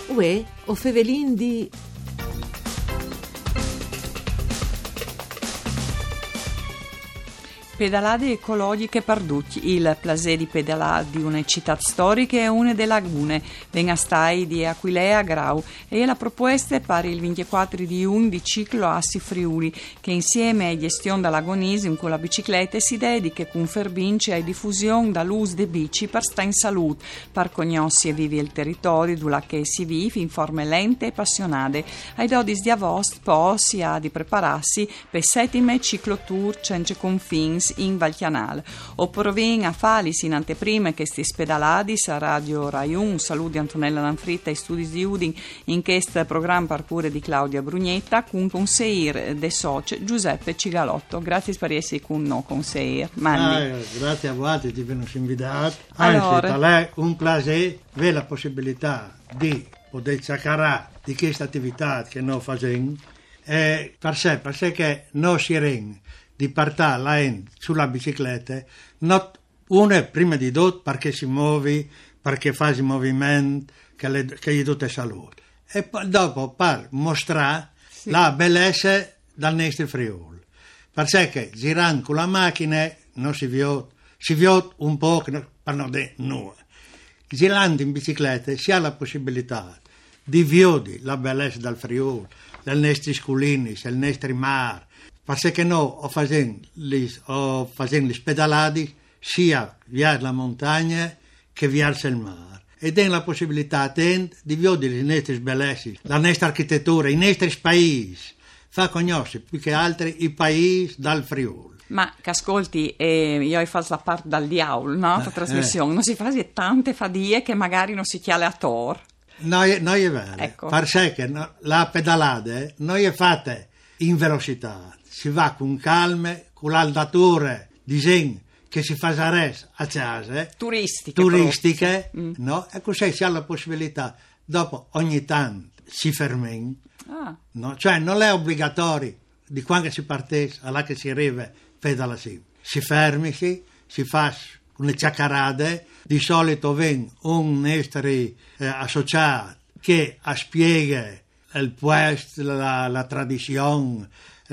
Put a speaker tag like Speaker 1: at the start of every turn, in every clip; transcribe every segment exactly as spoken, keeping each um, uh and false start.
Speaker 1: Uè, o fevelin di...
Speaker 2: Pedalade ecologiche per tutti. Il plasè di pedalare di una città storica e una delle lagune, venga stai di Aquilea Grau, e la proposta per il ventiquattro di un di ciclo Assi Friuli, che insieme a gestione dell'agonismo con la bicicletta si dedica con ferbinci alla diffusione dall'uso delle bici per stare in salute, per conoscere e vivere il territorio dove che si vive in forme lente e appassionate. Ai dodici di agosto poi si ha di prepararsi per settime ciclotour senza confini in Val Chianal. O provin a falis in anteprime che sti spedaladis a Radio Rai uno. Saluti Antonella Lanfritta e studi di Udin in questo programma per cure di Claudia Brugnetta con conseiller de socio Giuseppe Cigalotto. Grazie per essere con noi, conseiller.
Speaker 3: Ah, grazie a voi che ti vengono invitati.
Speaker 2: Allora,
Speaker 3: Anzi, è un piacere avere la possibilità di poter chiacchierare di questa attività che noi facciamo e per sé, per sé che noi si rende di partire la sulla bicicletta, not, uno prima di tutto perché si muove, perché fa il movimento, che, le, che gli dà salute. E poi dopo per mostrare sì. la bellezza del nostro Friuli. Perché girando con la macchina non si vede, si vede un po' per non dire nulla. Girando in bicicletta si ha la possibilità di vedere la bellezza del Friuli, del nostri sculini, del nostro mare, perché noi o facendo le pedalate sia verso la montagna che verso il mare. Ed è la possibilità di vedere le nostre bellezze, la nostra architettura, i nostri paesi, fa conoscere più che altri i paesi dal Friuli.
Speaker 2: Ma che ascolti, eh, io ho fatto la parte dal diavolo, no? La eh, trasmissione, eh. non si fa tante fadie che magari non si chiale a tor.
Speaker 3: No, no è vero, ecco. Perché no, la pedalata non è fatta in velocità. Si va con calma, con l'aldatura, disegno che si fa a casa,
Speaker 2: turistiche,
Speaker 3: turistiche mm. no? E così si ha la possibilità, dopo ogni tanto si fermi, ah. no? Cioè non è obbligatorio di quando si parte alla che si arriva pedala si, si fermi, si, si fa una chiacchierata, di solito viene un nostro eh, associato che spiega il puesto, la, la tradizione,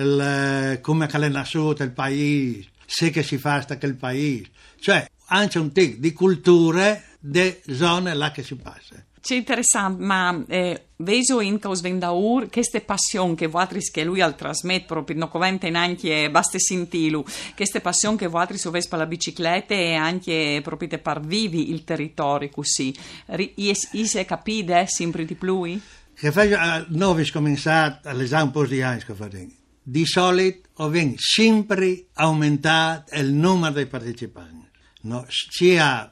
Speaker 3: il, come è nasciuto il paese, se che si fa sta che il paese, cioè anche un tipo di culture de zone là che si passa.
Speaker 2: C'è interessante, ma eh, veso in caus vendaur queste passione che vuotris che lui al trasmet proprio non covente neanche basta sentilu, queste passione che vuotris su vespa la bicicletta e anche proprio per vivi il territorio così. Is is capite sempre di più?
Speaker 3: Che fa noi abbiamo cominciato all'esame un po' di anni che facciamo. Di solito ho sempre aumentato il numero dei partecipanti, no? Sia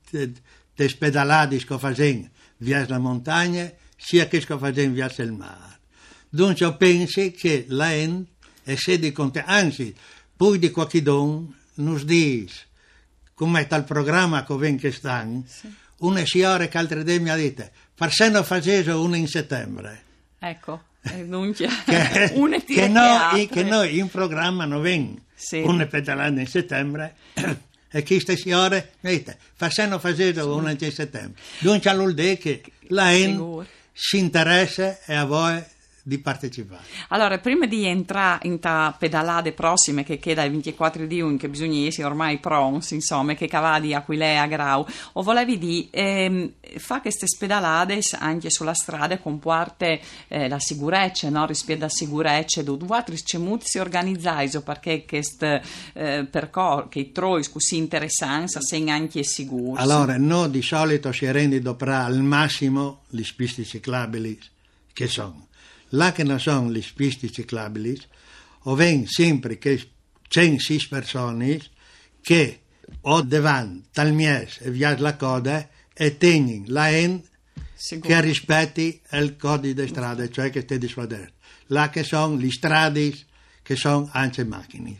Speaker 3: dei pedalati che facciamo verso la montagna, sia che facciamo verso il mare. Dunque io penso che la gente è sedi contenta, anzi, poi di qualche don nos dice, come è il programma che viene che stanno, sì. Una signora che altre dì mi ha detto, perché non faccio una in settembre?
Speaker 2: Ecco. Dunque,
Speaker 3: che, che, noi, che noi in programma non vengono sì. una pedalata in settembre e queste signore mi dice facendo facendo sì. una in settembre dunque all'ultimo che la gente si interessa e a voi di partecipare.
Speaker 2: Allora, prima di entrare in ta pedalate prossime che queda il ventiquattro di un che bisogna essere ormai pronti, insomma, che cavadi Aquilea Grau, o volevi di ehm, fa queste pedalate anche sulla strada comporte eh, la sicurezza, no? Rispetto alla sicurezza, dove voi si organizzai perché questo eh, percorso che i troi così interessanti siano anche sicuri.
Speaker 3: Allora, noi di solito si rende doprà al massimo le piste ciclabili che sono. Là che non sono le piste ciclabili, o ven sempre che c'è sei persone che o davanti al mies e via la coda e tengono la en che rispetti il codice di strada, cioè che stai di sua là che sono le strade che sono anche macchine.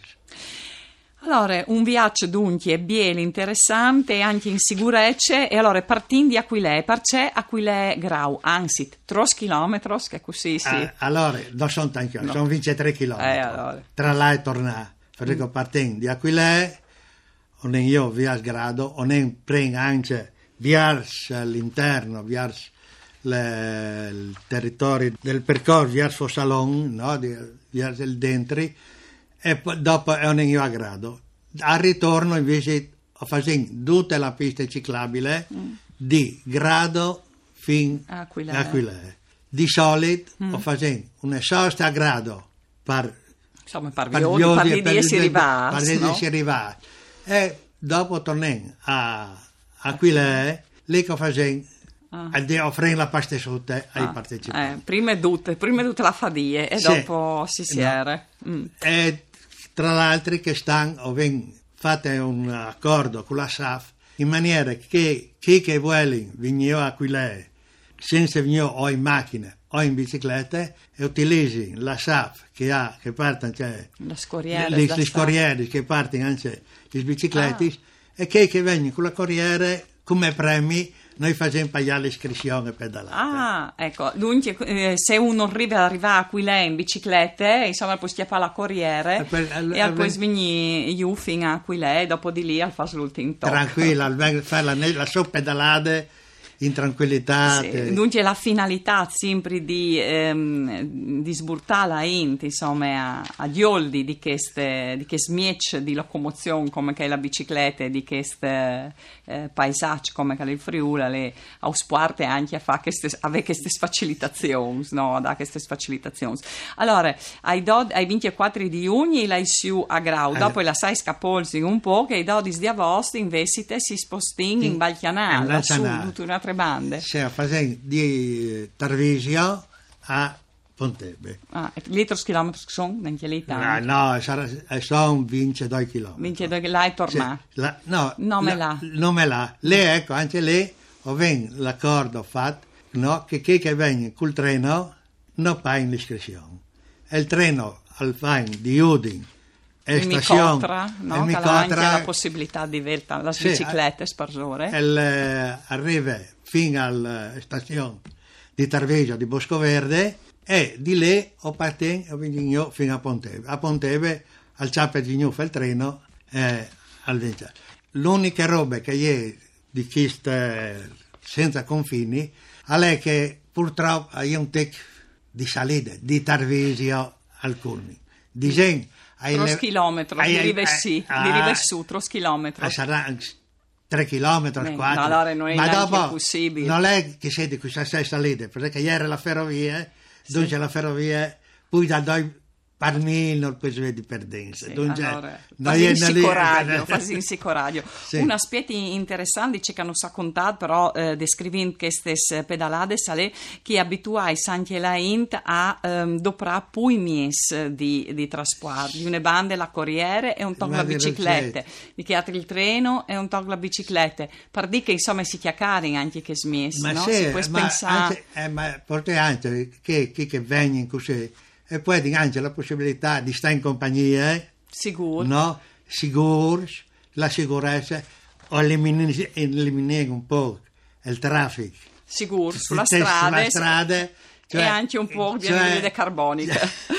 Speaker 2: Allora, un viaggio dunque bello, interessante e anche in sicurezza, e allora partendo di Aquilea, perché Aquilea Grau, anzi, tre chilometri, che così sì.
Speaker 3: Ah, allora, non sono tanti, no. Sono ventitré chilometri,
Speaker 2: eh, allora.
Speaker 3: Tra là e tornare, perché mm. partendo di Aquilea, non io via sgrado, non prendo anche verso l'interno, verso le, il territorio del percorso verso Fossalon, no? Di, verso il Dentri, e poi dopo è un io a grado. Al ritorno invece ho fatto tutta la pista ciclabile mm. di grado fin a Aquilea. Di solito mm. ho fatto una sosta a grado per
Speaker 2: insomma per parli di essere arrivati,
Speaker 3: no? Arrivati. E dopo tornai a Aquilea, lì che ho fatto ah. a offrire la pasta sotto ai ah. partecipanti.
Speaker 2: Eh, prima è tutte, prima è tutta la fadie e sì. dopo si siere. No. Mm.
Speaker 3: E tra l'altro che stanno o ven fate un accordo con la S A F in maniera che chi che vuole venire a Aquilea senza venire o in macchina o in bicicletta e utilizzi la S A F che ha che partono cioè
Speaker 2: le scorriere,
Speaker 3: le, le scorriere che partono anche le biciclette ah. e che che vengono con la corriere come premi noi facciamo pagare l'iscrizione e pedalate.
Speaker 2: Ah, ecco, dunque eh, se uno arriva, arriva a Aquilea in bicicletta, insomma poi schiappa la corriere e, per, al, e al, poi svigni io fino a Aquilea e dopo di lì al fas l'ultimo tocco.
Speaker 3: Tranquilla, al fare la, la sua pedalate in tranquillità.
Speaker 2: Sì, dunque la finalità sempre di, ehm, di sburtare la int, insomma, a, a dioldi di queste di queste miec di locomozione come che è la bicicletta e di queste eh, paesaggi come che è il Friuli, le ausparte anche a fare queste, avere queste facilitazioni, no? Da queste facilitazioni. Allora, ai, do, ai ventiquattro di giugno la su a Grau, dopo allora. La sai scapolsi un po' che i dodici di agosto in vestite si spostino in Valchianale, su tutta un'altra bande.
Speaker 3: Sì, facendo di Tarvisio a Pontebbe.
Speaker 2: Ah, litri chilometri sono anche lì?
Speaker 3: No, no, sono ventidue chilometri.
Speaker 2: ventidue là e tornare?
Speaker 3: Sì, la, no,
Speaker 2: nome là.
Speaker 3: Nome là. Lì, ecco, anche lì ho ben l'accordo fatto, no, che chi che viene col treno non paga l'iscrizione. E il treno al fine di Udin e stazione
Speaker 2: Micotra, no? Che ha anche la possibilità di vedere la
Speaker 3: sì,
Speaker 2: bicicletta sparsore.
Speaker 3: E arriva fino alla stazione di Tarvisio di Boscoverde e di lì ho partito fino a Pontebbe. A Pontebbe al Ciappe di Gnuffa il treno eh, al ventiquattro. L'unica roba che è di queste senza confini è che purtroppo è un tic di salita di Tarvisio al Culmine. Di gente
Speaker 2: Tros chilometri di rivessi, di rivessu, tros chilometri.
Speaker 3: Sarà tre chilometri, quattro.
Speaker 2: No, allora non è
Speaker 3: ma dopo
Speaker 2: possibile.
Speaker 3: Non è che siete questa sei salite, perché ieri la ferrovia, sì. Dunque la ferrovia, poi da due per mille poi si vede perdenza.
Speaker 2: Sì,
Speaker 3: dunque,
Speaker 2: allora, quasi in sicoradio, quasi in sicoradio. Sì. Un aspetto interessante che non sa contato, però eh, descrivendo queste pedalate sale che abitua i Santi e la Int a um, doprà pui mies di, di trasporto, di una banda la corriere e un tocco la bicicletta, di che altri il treno e un tocco la bicicletta, per dire che insomma si chiacchiari anche che smies,
Speaker 3: ma
Speaker 2: no?
Speaker 3: Sì,
Speaker 2: si può
Speaker 3: ma
Speaker 2: pensare
Speaker 3: anche, eh, ma porta anche che chi che vengono così e poi anche la possibilità di stare in compagnia, eh?
Speaker 2: Sicuro,
Speaker 3: no? Sicuro, la sicurezza, o eliminare, eliminare un po' il traffico.
Speaker 2: Sicuro, sulla strada.
Speaker 3: Sulla strada cioè,
Speaker 2: e anche un po' di
Speaker 3: cioè,
Speaker 2: anidride carbonica.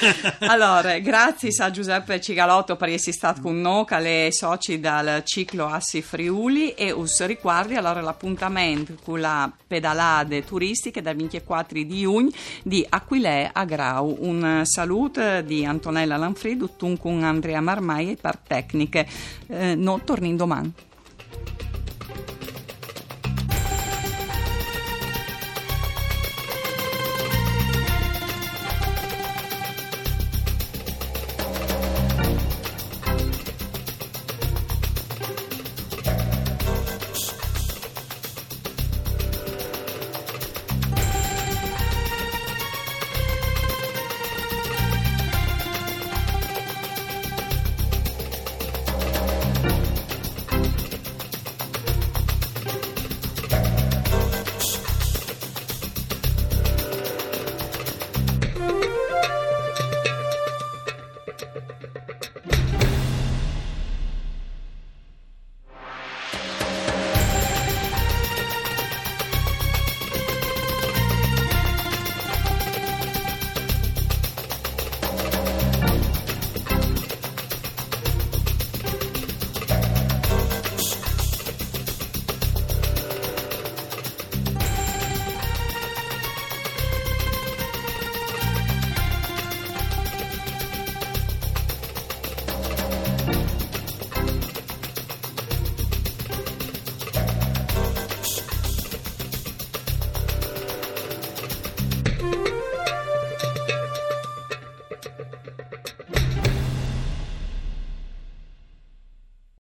Speaker 2: Allora, grazie a Giuseppe Cigalotto per essere stato con noi, che è soci dal ciclo Assi Friuli, e us riguardi allora l'appuntamento con la pedalade turistiche dal ventiquattro di giugno di Aquilea a Grau. Un saluto di Antonella Lanfrido, con Andrea Marmai e per tecniche. Eh, no, torni domani.